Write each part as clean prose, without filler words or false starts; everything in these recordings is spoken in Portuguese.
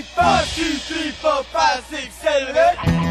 1, 2, 3, 4, 5, 6, 7, 8.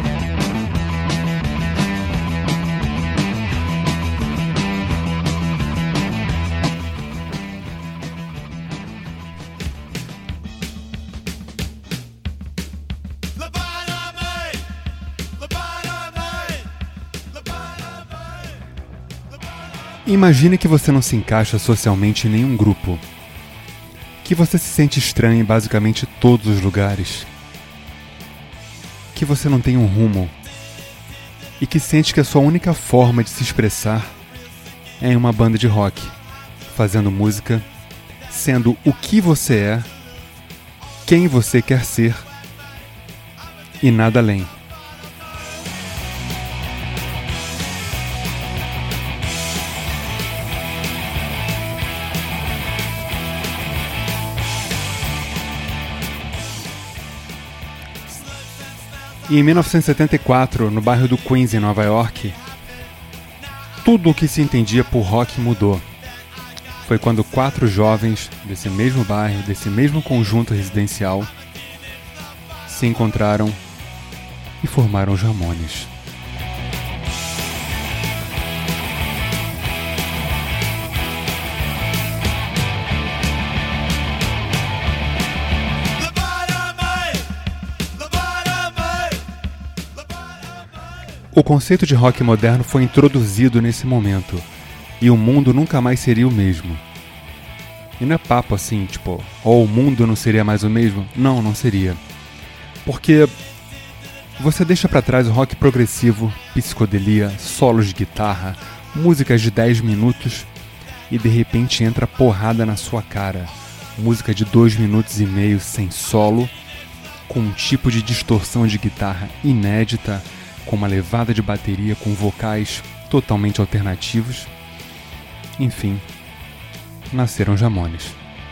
Imagine que você não se encaixa socialmente em nenhum grupo, que você se sente estranho em basicamente todos os lugares, que você não tem um rumo e que sente que a sua única forma de se expressar é em uma banda de rock, fazendo música, sendo o que você é, quem você quer ser e nada além. E em 1974, no bairro do Queens, em Nova York, tudo o que se entendia por rock mudou. Foi quando 4 jovens desse mesmo bairro, desse mesmo conjunto residencial, se encontraram e formaram os Ramones. O conceito de rock moderno foi introduzido nesse momento, e o mundo nunca mais seria o mesmo. E não é papo assim, tipo, o mundo não seria mais o mesmo? Não, não seria. Porque você deixa pra trás o rock progressivo, psicodelia, solos de guitarra, músicas de 10 minutos, e de repente entra porrada na sua cara. Música de 2 minutos e meio sem solo, com um tipo de distorção de guitarra inédita, com uma levada de bateria com vocais totalmente alternativos. Enfim, nasceram os Ramones.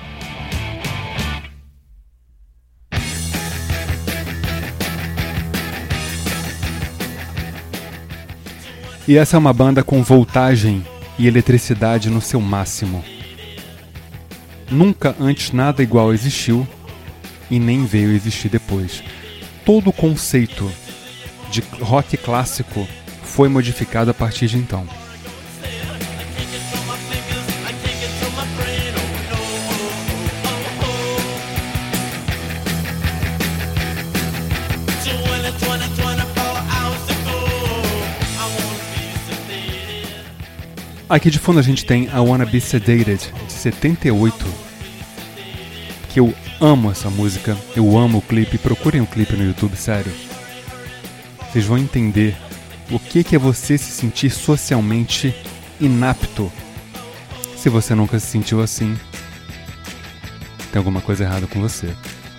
E essa é uma banda com voltagem e eletricidade no seu máximo. Nunca antes nada igual existiu e nem veio existir depois. Todo o conceito de rock clássico foi modificado a partir de então. Aqui de fundo a gente tem I Wanna Be Sedated, de 78, que eu amo essa música, eu amo o clipe, procurem o clipe no YouTube, sério. Vocês vão entender o que é você se sentir socialmente inapto. Se você nunca se sentiu assim, tem alguma coisa errada com você.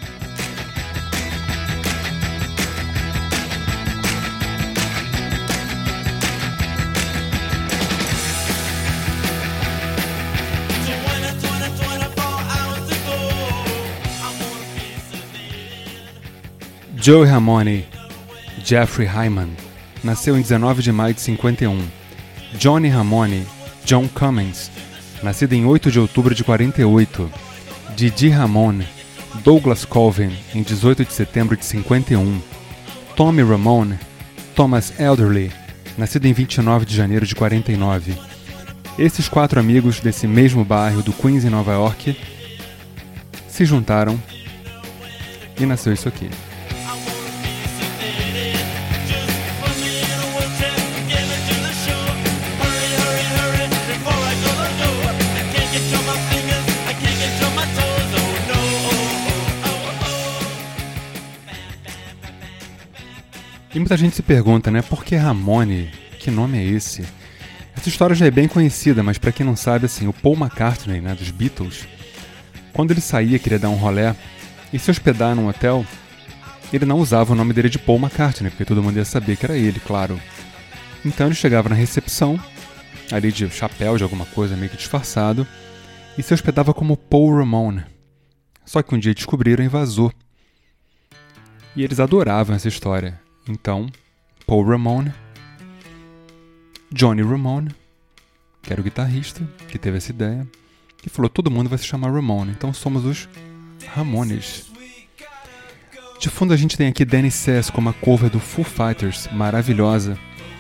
Joey Ramone, Jeffrey Hyman, nasceu em 19 de maio de 51. Johnny Ramone, John Cummings, nascido em 8 de outubro de 48. Didi Ramone, Douglas Colvin, em 18 de setembro de 51. Tommy Ramone, Thomas Elderly, nascido em 29 de janeiro de 49. Esses 4 amigos desse mesmo bairro do Queens, em Nova York, se juntaram e nasceu isso aqui. E muita gente se pergunta, né, por que Ramone? Que nome é esse? Essa história já é bem conhecida, mas pra quem não sabe, assim, o Paul McCartney, né, dos Beatles, quando ele saía, queria dar um rolé e se hospedar num hotel, ele não usava o nome dele de Paul McCartney, porque todo mundo ia saber que era ele, claro. Então ele chegava na recepção, ali de chapéu, de alguma coisa, meio que disfarçado, e se hospedava como Paul Ramone. Só que um dia descobriram e vazou. E eles adoravam essa história. Então, Paul Ramone, Johnny Ramone, que era o guitarrista, que teve essa ideia, e falou, todo mundo vai se chamar Ramone, então somos os Ramones. De fundo a gente tem aqui Danny Sass com uma cover do Foo Fighters, maravilhosa.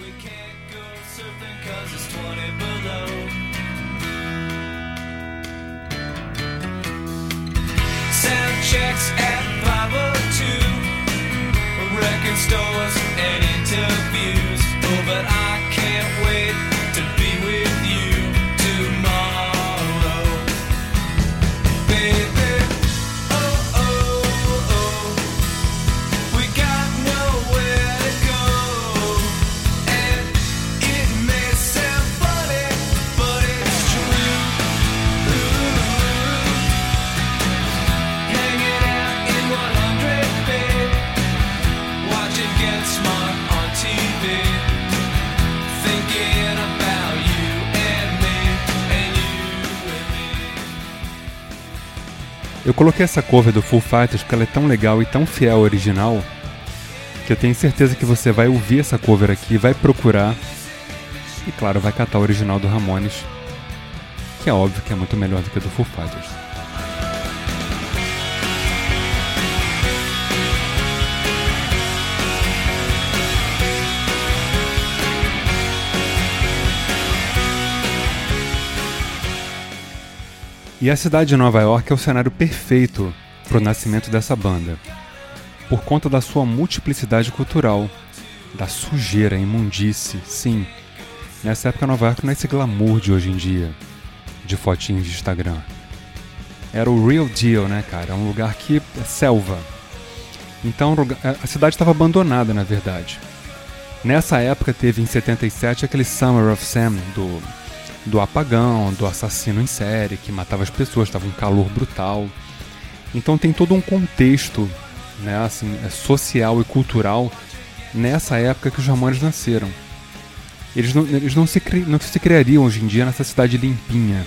Checks at 502, record stores and interviews. Oh, but I can't wait to be with you tomorrow, baby. Oh, oh, oh, we got nowhere to go, and it may sound funny, but it's true. Hanging out in 100 bed, watching Get Smart on TV, thinking about you and me, and you and me. Eu coloquei essa cover do Foo Fighters porque ela é tão legal e tão fiel ao original que eu tenho certeza que você vai ouvir essa cover aqui, vai procurar e, claro, vai catar o original do Ramones, que é óbvio que é muito melhor do que a do Foo Fighters. E a cidade de Nova York é o cenário perfeito para o nascimento dessa banda, por conta da sua multiplicidade cultural, da sujeira, imundície, sim. Nessa época Nova York não é esse glamour de hoje em dia, de fotinhos de Instagram. Era o real deal, né, cara? É um lugar que é selva. Então a cidade estava abandonada, na verdade. Nessa época teve em 77 aquele Summer of Sam do apagão, do assassino em série que matava as pessoas, estava um calor brutal. Então tem todo um contexto, né, assim, social e cultural nessa época que os Ramones nasceram. Eles não se criariam hoje em dia nessa cidade limpinha.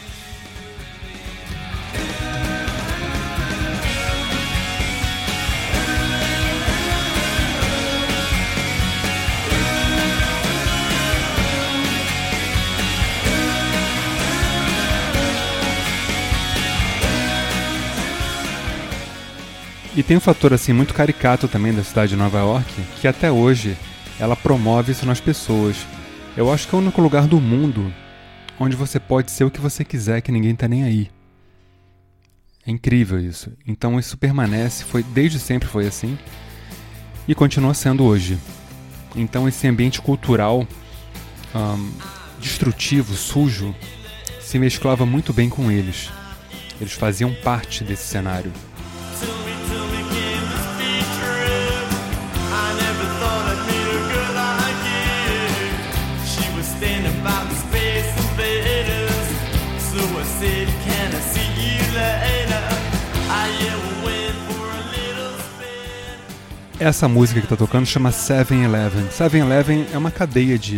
E tem um fator assim muito caricato também da cidade de Nova York, que até hoje ela promove isso nas pessoas. Eu acho que é o único lugar do mundo onde você pode ser o que você quiser, que ninguém tá nem aí. É incrível isso. Então isso permanece, desde sempre foi assim, e continua sendo hoje. Então esse ambiente cultural destrutivo, sujo, se mesclava muito bem com eles. Eles faziam parte desse cenário. Essa música que tá tocando chama 7-Eleven. 7-Eleven é uma cadeia de...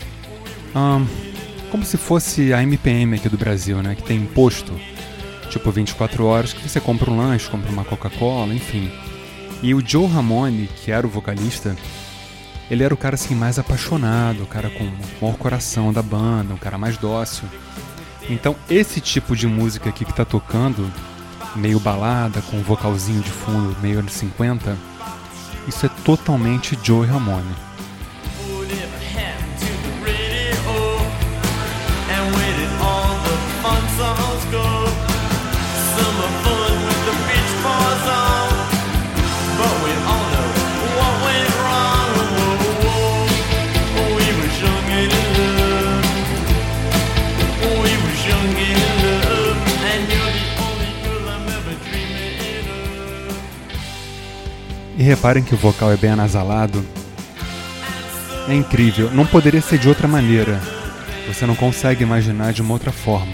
como se fosse a MPM aqui do Brasil, né? Que tem imposto, tipo 24 horas, que você compra um lanche, compra uma Coca-Cola, enfim. E o Joe Ramone, que era o vocalista, ele era o cara assim mais apaixonado, o cara com o maior coração da banda, um cara mais dócil. Então esse tipo de música aqui que tá tocando, meio balada, com um vocalzinho de fundo meio anos 50, isso é totalmente Joe Ramone. E reparem que o vocal é bem anasalado. É incrível, não poderia ser de outra maneira. Você não consegue imaginar de uma outra forma.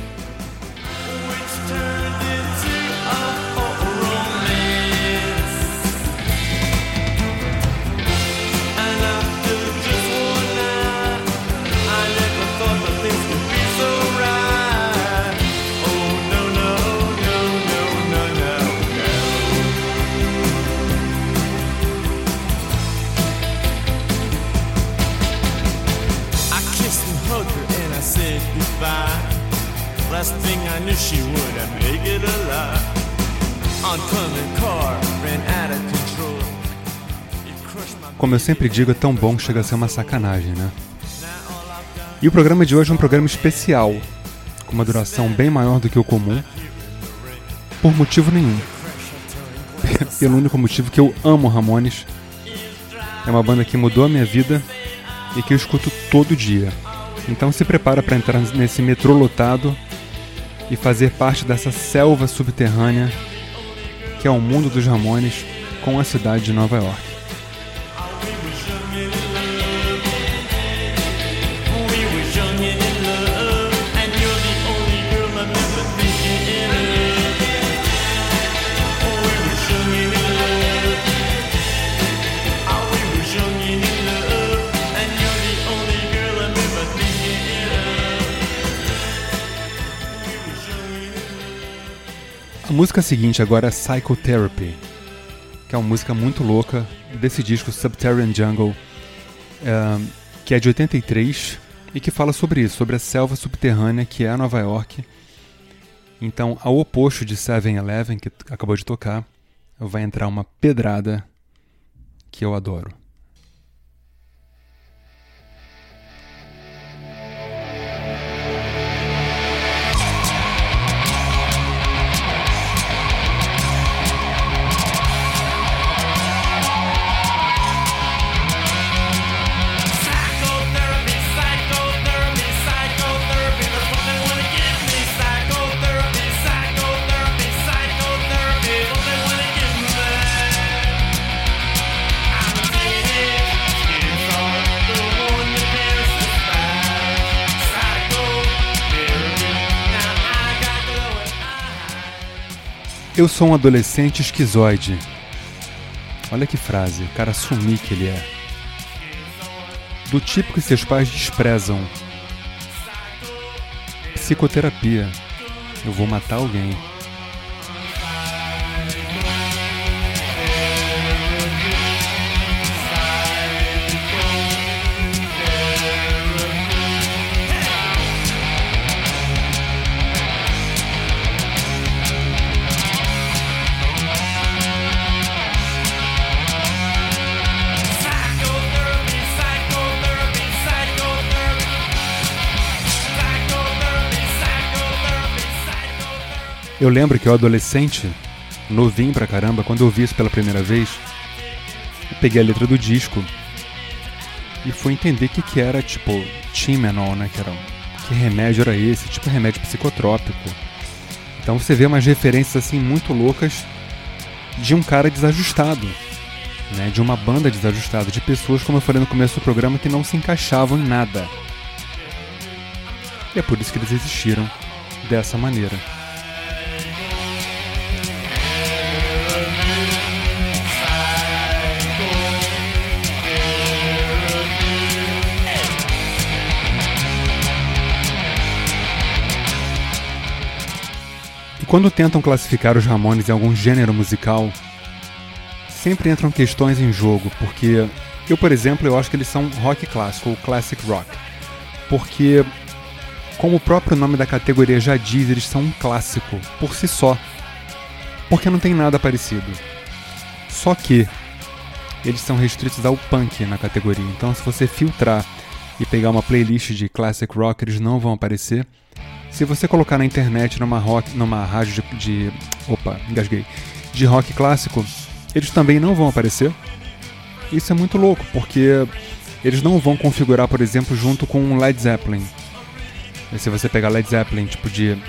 Last thing I knew she would have make it alive. Oncoming car ran out of control. como eu sempre digo, é tão bom que chega a ser uma sacanagem, né? E o programa de hoje é um programa especial, com uma duração bem maior do que o comum, por motivo nenhum. Pelo único motivo que eu amo Ramones. É uma banda que mudou a minha vida e que eu escuto todo dia. Então se prepara para entrar nesse metrô lotado e fazer parte dessa selva subterrânea que é o mundo dos Ramones com a cidade de Nova York. A música seguinte agora é Psychotherapy, que é uma música muito louca desse disco Subterranean Jungle, que é de 83 e que fala sobre isso, sobre a selva subterrânea que é Nova York. Então, ao oposto de 7-Eleven, que acabou de tocar, vai entrar uma pedrada que eu adoro. Eu sou um adolescente esquizoide. Olha que frase, o cara assumir que ele é. Do tipo que seus pais desprezam. Psicoterapia. Eu vou matar alguém. Eu lembro que eu adolescente, novinho pra caramba, quando eu vi isso pela primeira vez, eu peguei a letra do disco e fui entender o que era, tipo, Tylenol, né? Que remédio era esse, tipo remédio psicotrópico. Então você vê umas referências assim muito loucas de um cara desajustado, né? De uma banda desajustada, de pessoas, como eu falei no começo do programa, que não se encaixavam em nada. E é por isso que eles existiram dessa maneira. Quando tentam classificar os Ramones em algum gênero musical, sempre entram questões em jogo, porque eu, por exemplo, eu acho que eles são rock clássico, ou classic rock, porque, como o próprio nome da categoria já diz, eles são um clássico, por si só, porque não tem nada parecido. Só que eles são restritos ao punk na categoria, então se você filtrar e pegar uma playlist de classic rock, eles não vão aparecer. Se você colocar na internet numa rádio de rock clássico, eles também não vão aparecer. Isso é muito louco, porque eles não vão configurar, por exemplo, junto com Led Zeppelin. E se você pegar Led Zeppelin, tipo de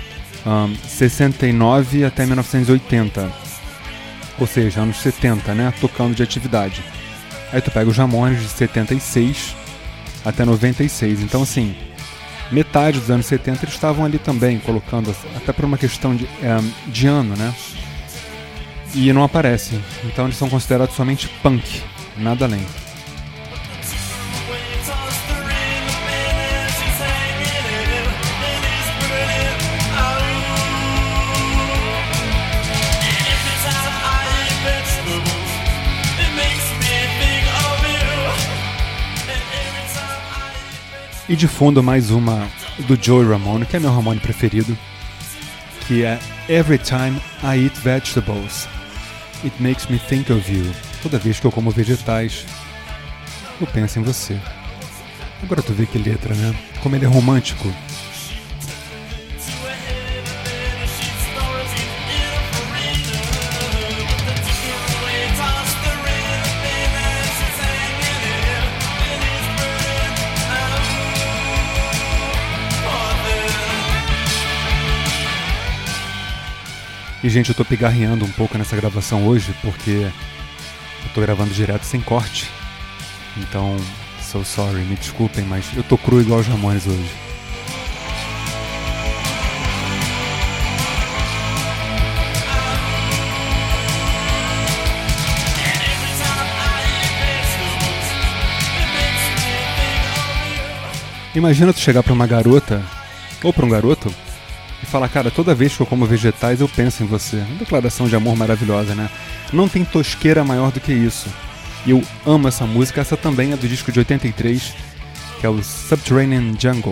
69 até 1980, ou seja, anos 70, né, tocando de atividade. Aí tu pega os Ramones de 76 até 96, então assim, metade dos anos 70 eles estavam ali também, colocando, até por uma questão de ano, né? E não aparecem. Então eles são considerados somente punk, nada além. E de fundo mais uma do Joey Ramone, que é meu Ramone preferido, que é Every Time I Eat Vegetables, It Makes Me Think of You. Toda vez que eu como vegetais, eu penso em você. Agora tu vê que letra, né? Como ele é romântico. E, gente, eu tô pigarreando um pouco nessa gravação hoje, porque eu tô gravando direto sem corte. Então, so sorry, me desculpem, mas eu tô cru igual os Ramones hoje. Imagina tu chegar pra uma garota, ou pra um garoto, e falar, cara, toda vez que eu como vegetais eu penso em você. Uma declaração de amor maravilhosa, né? Não tem tosqueira maior do que isso. E eu amo essa música. Essa também é do disco de 83, que é o Subterranean Jungle.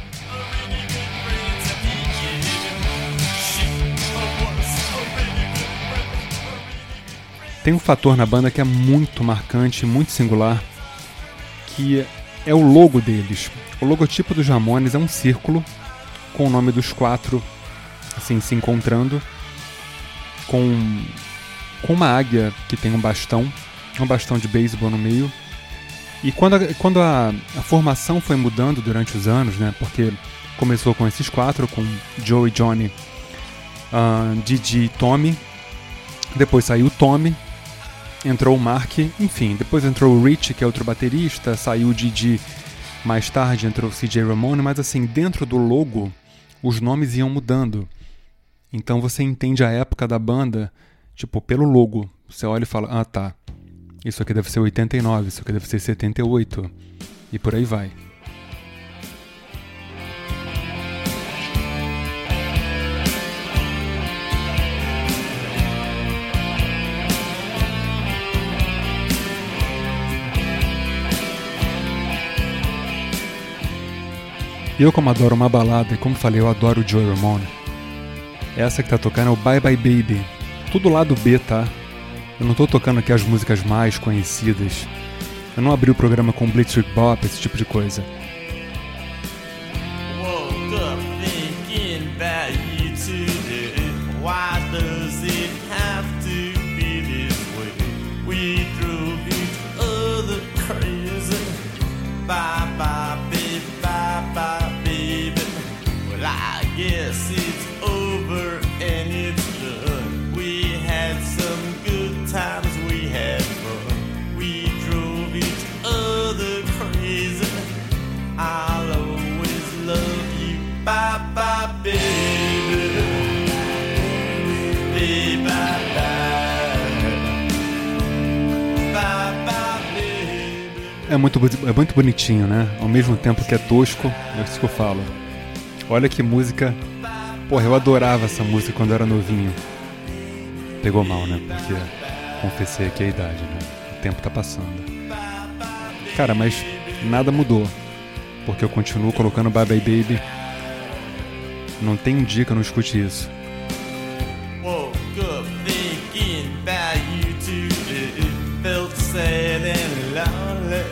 Tem um fator na banda que é muito marcante, muito singular, que é o logo deles. O logotipo dos Ramones é um círculo com o nome dos quatro, assim, se encontrando, com uma águia que tem um bastão de beisebol no meio. E quando a formação foi mudando durante os anos, né, porque começou com esses quatro, com Joe e Johnny, Didi e Tommy, depois saiu o Tommy, entrou o Mark, enfim, depois entrou o Rich, que é outro baterista, saiu o Didi mais tarde, entrou o CJ Ramone, mas assim, dentro do logo, os nomes iam mudando. Então você entende a época da banda, tipo, pelo logo. Você olha e fala, ah tá, isso aqui deve ser 89, isso aqui deve ser 78, e por aí vai. Eu, como adoro uma balada, e como falei, eu adoro o Joey Ramone, essa que tá tocando é o Bye Bye Baby. Tudo lado B, tá? Eu não tô tocando aqui as músicas mais conhecidas. Eu não abri o programa com Blitzkrieg Bop, esse tipo de coisa. Woke up thinking about you today. Why does it have to be this way? We drove each other crazy. Bye bye baby, bye bye baby. Well, I guess it's over and it's done. We had some good times, we had fun. We drove each other crazy. I'll always love you. Bye bye baby. Baby bye bye. Bye bye baby. É muito bonitinho, né? Ao mesmo tempo que é tosco, é isso que eu falo. Olha que música. Porra, eu adorava essa música quando eu era novinho. Pegou mal, né? Porque confessei aqui a idade, né? O tempo tá passando. Cara, mas nada mudou. Porque eu continuo colocando Bye Bye Baby. Não tem um dia que eu não escute isso. Woke up thinking about you today. Felt sad and lonely.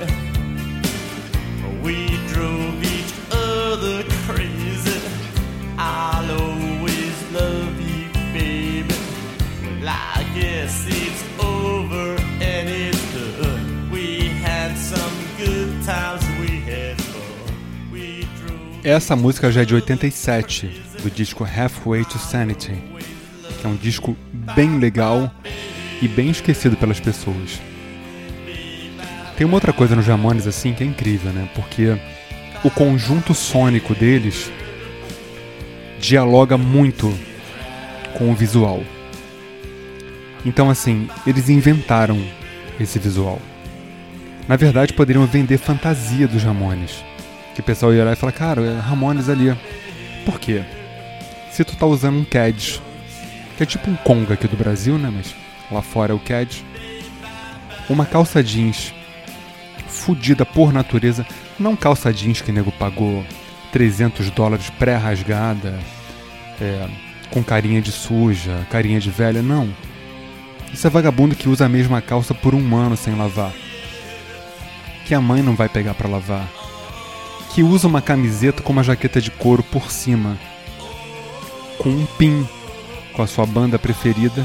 We drove each other crazy. I'll always love you, baby. Well, I guess it's over and it's done. We had some good times, we had fun. We drove. Essa música já é de 87, do disco Halfway to Sanity, que é um disco bem legal e bem esquecido pelas pessoas. Tem uma outra coisa nos Ramones assim que é incrível, né? Porque o conjunto sônico deles dialoga muito com o visual. Então, assim, eles inventaram esse visual. Na verdade, poderiam vender fantasia dos Ramones. Que o pessoal ia lá e falar, cara, é Ramones ali. Por quê? Se tu tá usando um CAD, que é tipo um Conga aqui do Brasil, né? Mas lá fora é o CAD. Uma calça jeans fudida por natureza. Não calça jeans que o nego pagou $300 pré-rasgada, com carinha de suja, carinha de velha, não. Isso é vagabundo que usa a mesma calça por um ano sem lavar. que a mãe não vai pegar pra lavar, que usa uma camiseta com uma jaqueta de couro por cima, com um pin com a sua banda preferida.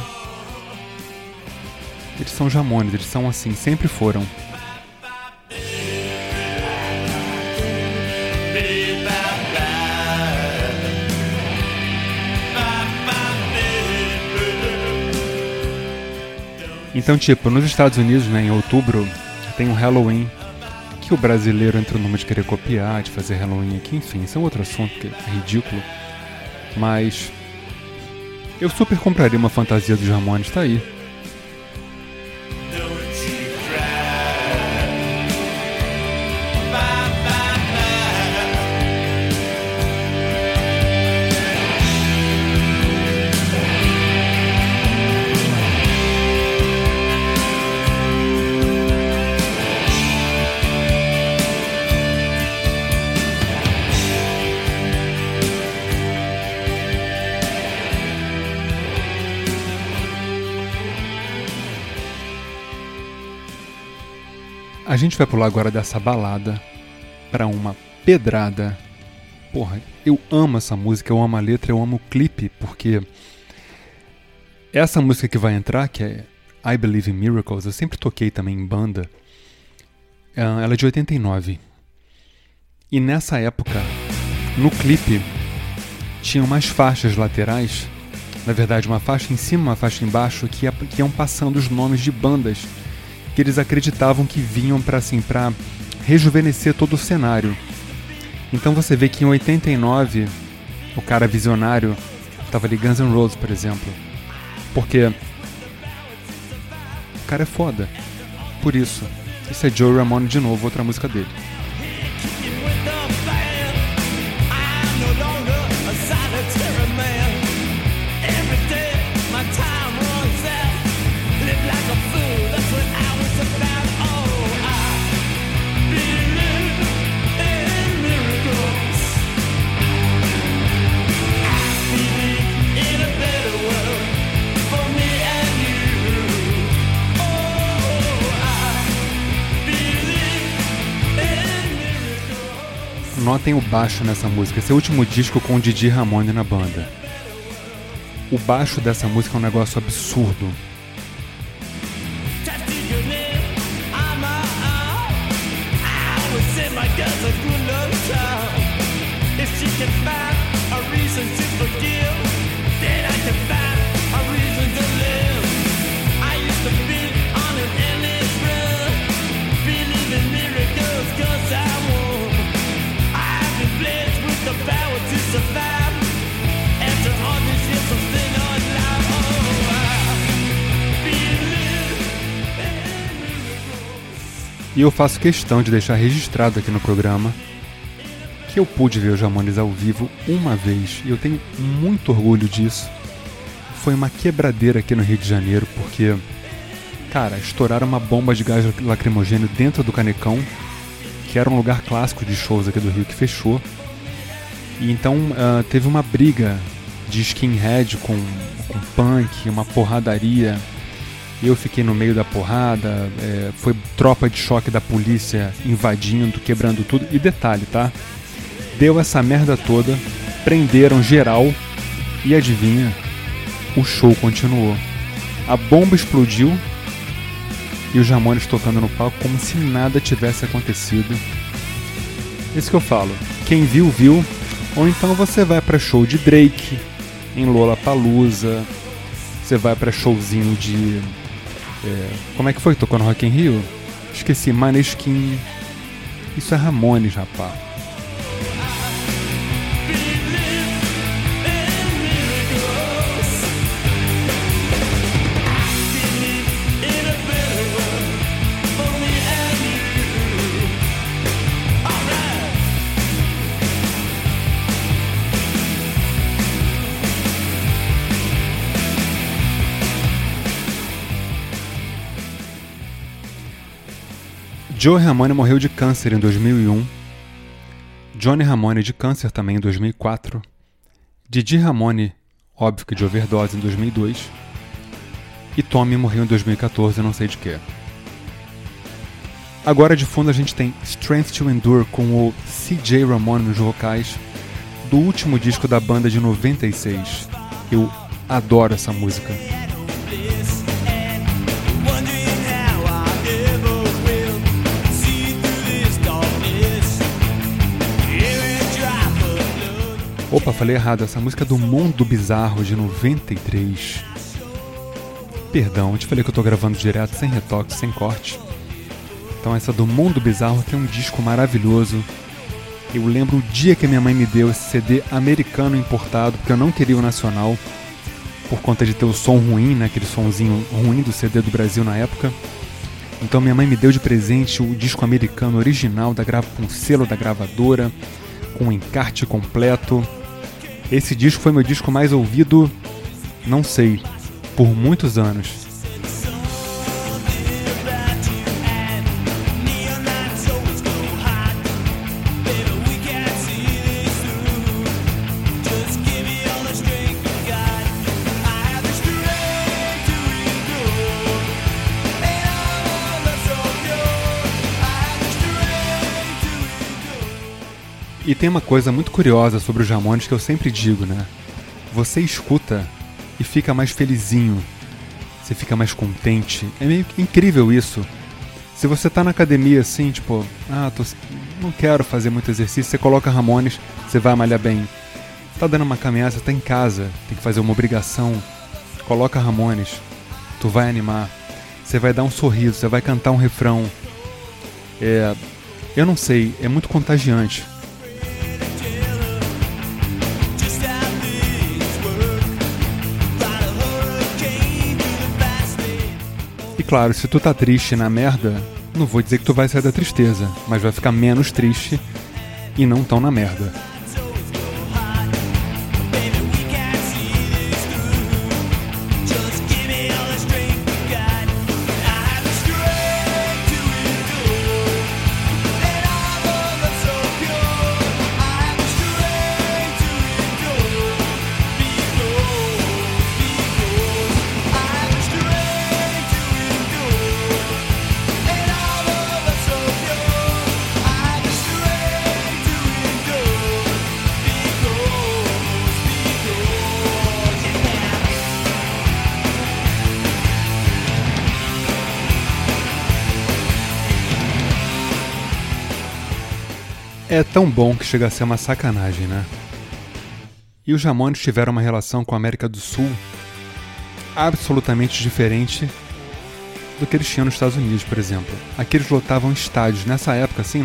Eles são Ramones, eles são assim, sempre foram. Então, tipo, nos Estados Unidos, né, em outubro, tem um Halloween, que o brasileiro entra numa de querer copiar, de fazer Halloween aqui, enfim, isso é um outro assunto que é ridículo. Mas eu super compraria uma fantasia dos Ramones, tá aí. A gente vai pular agora dessa balada pra uma pedrada. Porra, eu amo essa música, eu amo a letra, eu amo o clipe, porque essa música que vai entrar, que é I Believe in Miracles, eu sempre toquei também em banda, ela é de 89. E nessa época, no clipe, tinham umas faixas laterais, na verdade uma faixa em cima, uma faixa embaixo, que iam passando os nomes de bandas que eles acreditavam que vinham para rejuvenescer todo o cenário. Então você vê que em 89, o cara visionário tava ali Guns N' Roses, por exemplo. Porque o cara é foda. Por isso. Isso é Joe Ramone de novo, outra música dele. Notem o baixo nessa música. Esse é o último disco com o Didi Ramone na banda. O baixo dessa música é um negócio absurdo. E eu faço questão de deixar registrado aqui no programa que eu pude ver os Ramones ao vivo uma vez, e eu tenho muito orgulho disso. Foi uma quebradeira aqui no Rio de Janeiro, porque, cara, estouraram uma bomba de gás lacrimogêneo dentro do Canecão, que era um lugar clássico de shows aqui do Rio, que fechou. E então teve uma briga de skinhead com punk, uma porradaria. Eu fiquei no meio da porrada, foi tropa de choque da polícia invadindo, quebrando tudo. E detalhe, tá? Deu essa merda toda, prenderam geral e adivinha? O show continuou. A bomba explodiu e os Ramones tocando no palco como se nada tivesse acontecido. Isso que eu falo. Quem viu, viu. Ou então você vai pra show de Drake em Lollapalooza. Você vai pra showzinho de... como é que foi que tocou no Rock in Rio? Esqueci, Maneskin. Isso é Ramones, rapaz. Joe Ramone morreu de câncer em 2001, Johnny Ramone de câncer também em 2004, Didi Ramone, óbvio que de overdose, em 2002, e Tommy morreu em 2014, não sei de quê. Agora de fundo a gente tem Strength to Endure com o C.J. Ramone nos vocais, do último disco da banda de 96. Eu adoro essa música. Opa, falei errado, essa música é do Mundo Bizarro de 93. Perdão, eu te falei que eu tô gravando direto, sem retoque, sem corte. Então essa do Mundo Bizarro tem um disco maravilhoso. Eu lembro o dia que minha mãe me deu esse CD americano importado, porque eu não queria o nacional, por conta de ter o som ruim, né, aquele sonzinho ruim do CD do Brasil na época. Então minha mãe me deu de presente o disco americano original, com o selo da gravadora, com o encarte completo. Esse disco foi meu disco mais ouvido, não sei, por muitos anos. E tem uma coisa muito curiosa sobre os Ramones que eu sempre digo, né? Você escuta e fica mais felizinho, você fica mais contente. É meio incrível isso. Se você tá na academia assim, tipo, não quero fazer muito exercício, você coloca Ramones, você vai malhar bem. Tá dando uma caminhada, você tá em casa, tem que fazer uma obrigação, coloca Ramones, tu vai animar, você vai dar um sorriso, você vai cantar um refrão. Eu não sei, é muito contagiante. E claro, se tu tá triste na merda, não vou dizer que tu vai sair da tristeza, mas vai ficar menos triste e não tão na merda. É tão bom que chega a ser uma sacanagem, né? E os Ramones tiveram uma relação com a América do Sul absolutamente diferente do que eles tinham nos Estados Unidos, por exemplo. Aqui eles lotavam estádios. Nessa época, assim,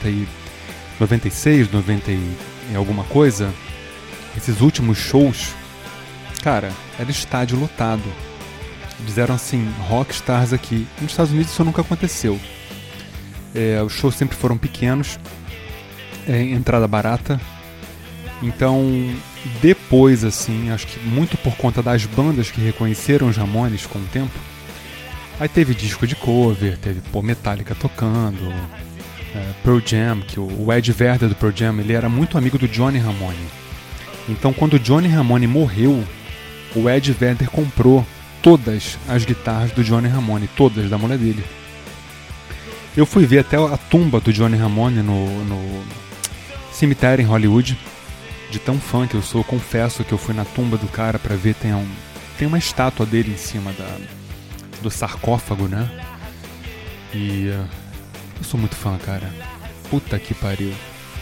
96, 90 e alguma coisa, esses últimos shows, cara, era estádio lotado. Eles eram, assim, rockstars aqui. Nos Estados Unidos isso nunca aconteceu. Os shows sempre foram pequenos, entrada barata. Então, depois, assim, acho que muito por conta das bandas que reconheceram os Ramones com o tempo, aí teve disco de cover, teve Metallica tocando, Pearl Jam, que o Ed Vedder do Pearl Jam, ele era muito amigo do Johnny Ramone. Então, quando o Johnny Ramone morreu, o Ed Vedder comprou todas as guitarras do Johnny Ramone, todas da mulher dele. Eu fui ver até a tumba do Johnny Ramone no cemitério em Hollywood. De tão fã que eu sou, confesso que eu fui na tumba do cara pra ver, tem uma estátua dele em cima do sarcófago, né? E eu sou muito fã, cara. Puta que pariu.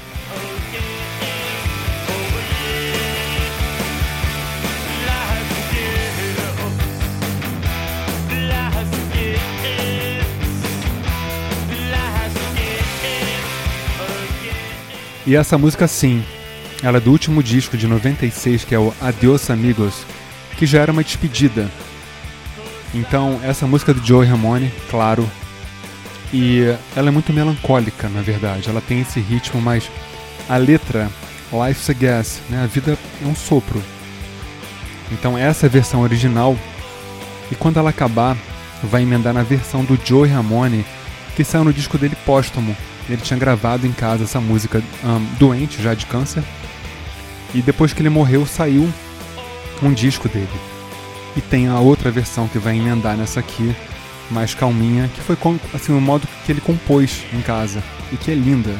E essa música, sim, ela é do último disco de 96, que é o Adios Amigos, que já era uma despedida. Então, essa música do Joey Ramone, claro, e ela é muito melancólica, na verdade. Ela tem esse ritmo, mas a letra, Life's a Gas, né? A vida é um sopro. Então, essa é a versão original, e quando ela acabar, vai emendar na versão do Joey Ramone, que saiu no disco dele póstumo. Ele tinha gravado em casa essa música doente já de câncer. E depois que ele morreu, saiu um disco dele. E tem a outra versão que vai emendar nessa aqui, mais calminha, que foi assim, o modo que ele compôs em casa, e que é linda.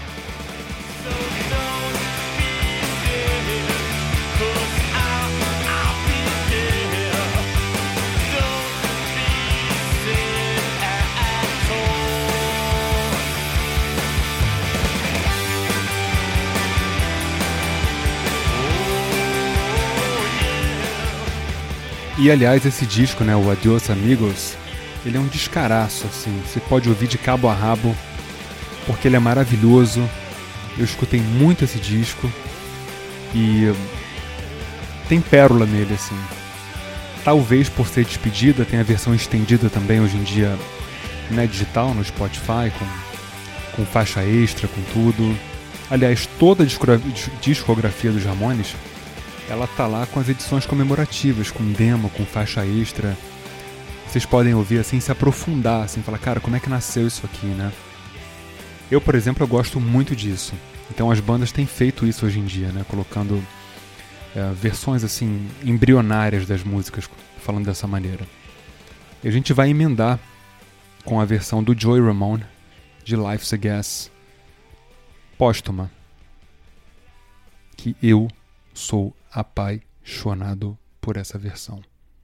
E aliás, esse disco, né, o Adios Amigos, ele é um descaraço, assim, você pode ouvir de cabo a rabo, porque ele é maravilhoso. Eu escutei muito esse disco e tem pérola nele, assim. Talvez por ser despedida, tem a versão estendida também hoje em dia, né, digital, no Spotify, com faixa extra, com tudo. Aliás, toda a discografia dos Ramones, ela tá lá com as edições comemorativas, com demo, com faixa extra. Vocês podem ouvir assim, se aprofundar, assim, falar, cara, como é que nasceu isso aqui, né? Eu, por exemplo, eu gosto muito disso. Então as bandas têm feito isso hoje em dia, né? Colocando versões assim, embrionárias das músicas, falando dessa maneira. E a gente vai emendar com a versão do Joey Ramone, de Life's a Gas, póstuma, que eu sou apaixonado por essa versão.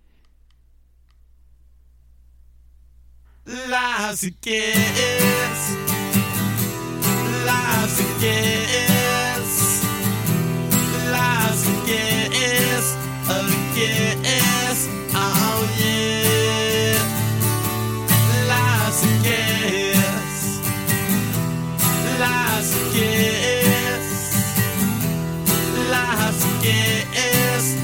Life's a gas, life's a gas, life's a gas, oh yeah. Life's a gas, life's a gas, life's a gas,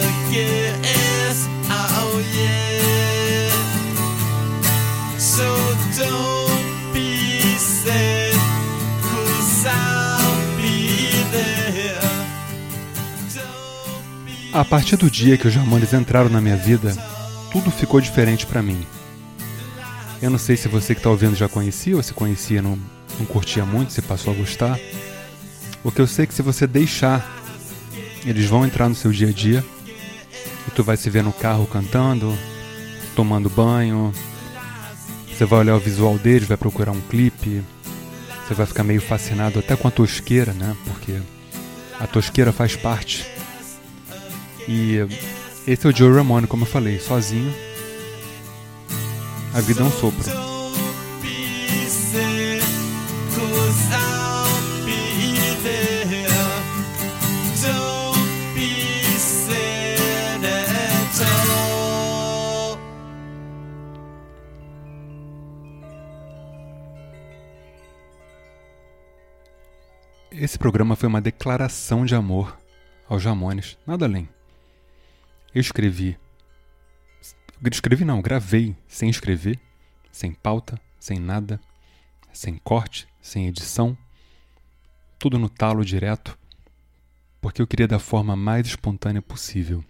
oh yeah. So don't be sad, 'cause I'll be there. Don't be A partir do dia que os Ramones entraram na minha vida, tudo ficou diferente pra mim. Eu não sei se você que tá ouvindo já conhecia, ou se conhecia e não curtia muito, se passou a gostar. O que eu sei é que se você deixar, eles vão entrar no seu dia a dia, e tu vai se ver no carro cantando, tomando banho. Você vai olhar o visual deles, vai procurar um clipe. Você vai ficar meio fascinado até com a tosqueira, né? Porque a tosqueira faz parte. E esse é o Joey Ramone, como eu falei, sozinho. A vida é um sopro. Don't be sad, 'cause I'll be there. Don't be sad at all. Esse programa foi uma declaração de amor aos Ramones, nada além. Eu gravei sem escrever, sem pauta, sem nada, sem corte, sem edição, tudo no talo direto, porque eu queria da forma mais espontânea possível.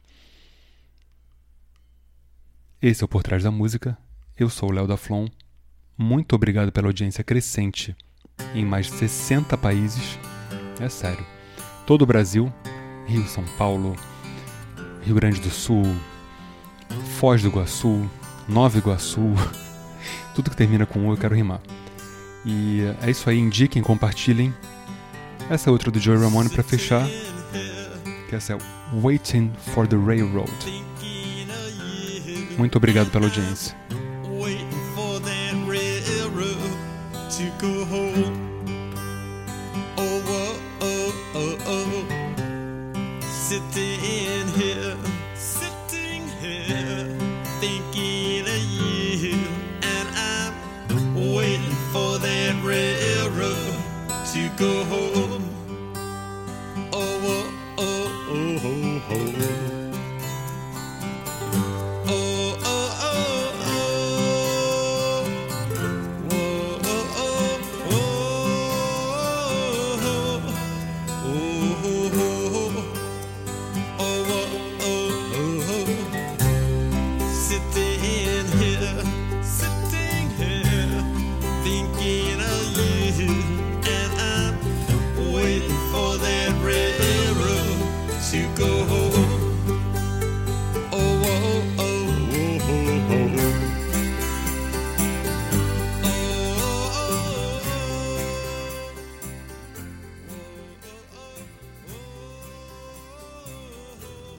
Esse é o Por Trás da Música, eu sou o Léo da Flon, muito obrigado pela audiência crescente em mais de 60 países, é sério, todo o Brasil, Rio, São Paulo, Rio Grande do Sul, Foz do Iguaçu, Nova Iguaçu, tudo que termina com U eu quero rimar. E é isso aí, indiquem, compartilhem. Essa é outra do Joey Ramone pra fechar, que essa é Waiting for the Railroad. Muito obrigado pela audiência. Waiting for that railroad to go home. Oh, oh, oh, oh, oh. Sitting here, thinking of you, and I'm waiting for that railroad to go home. Oh, oh, oh, oh, oh, oh.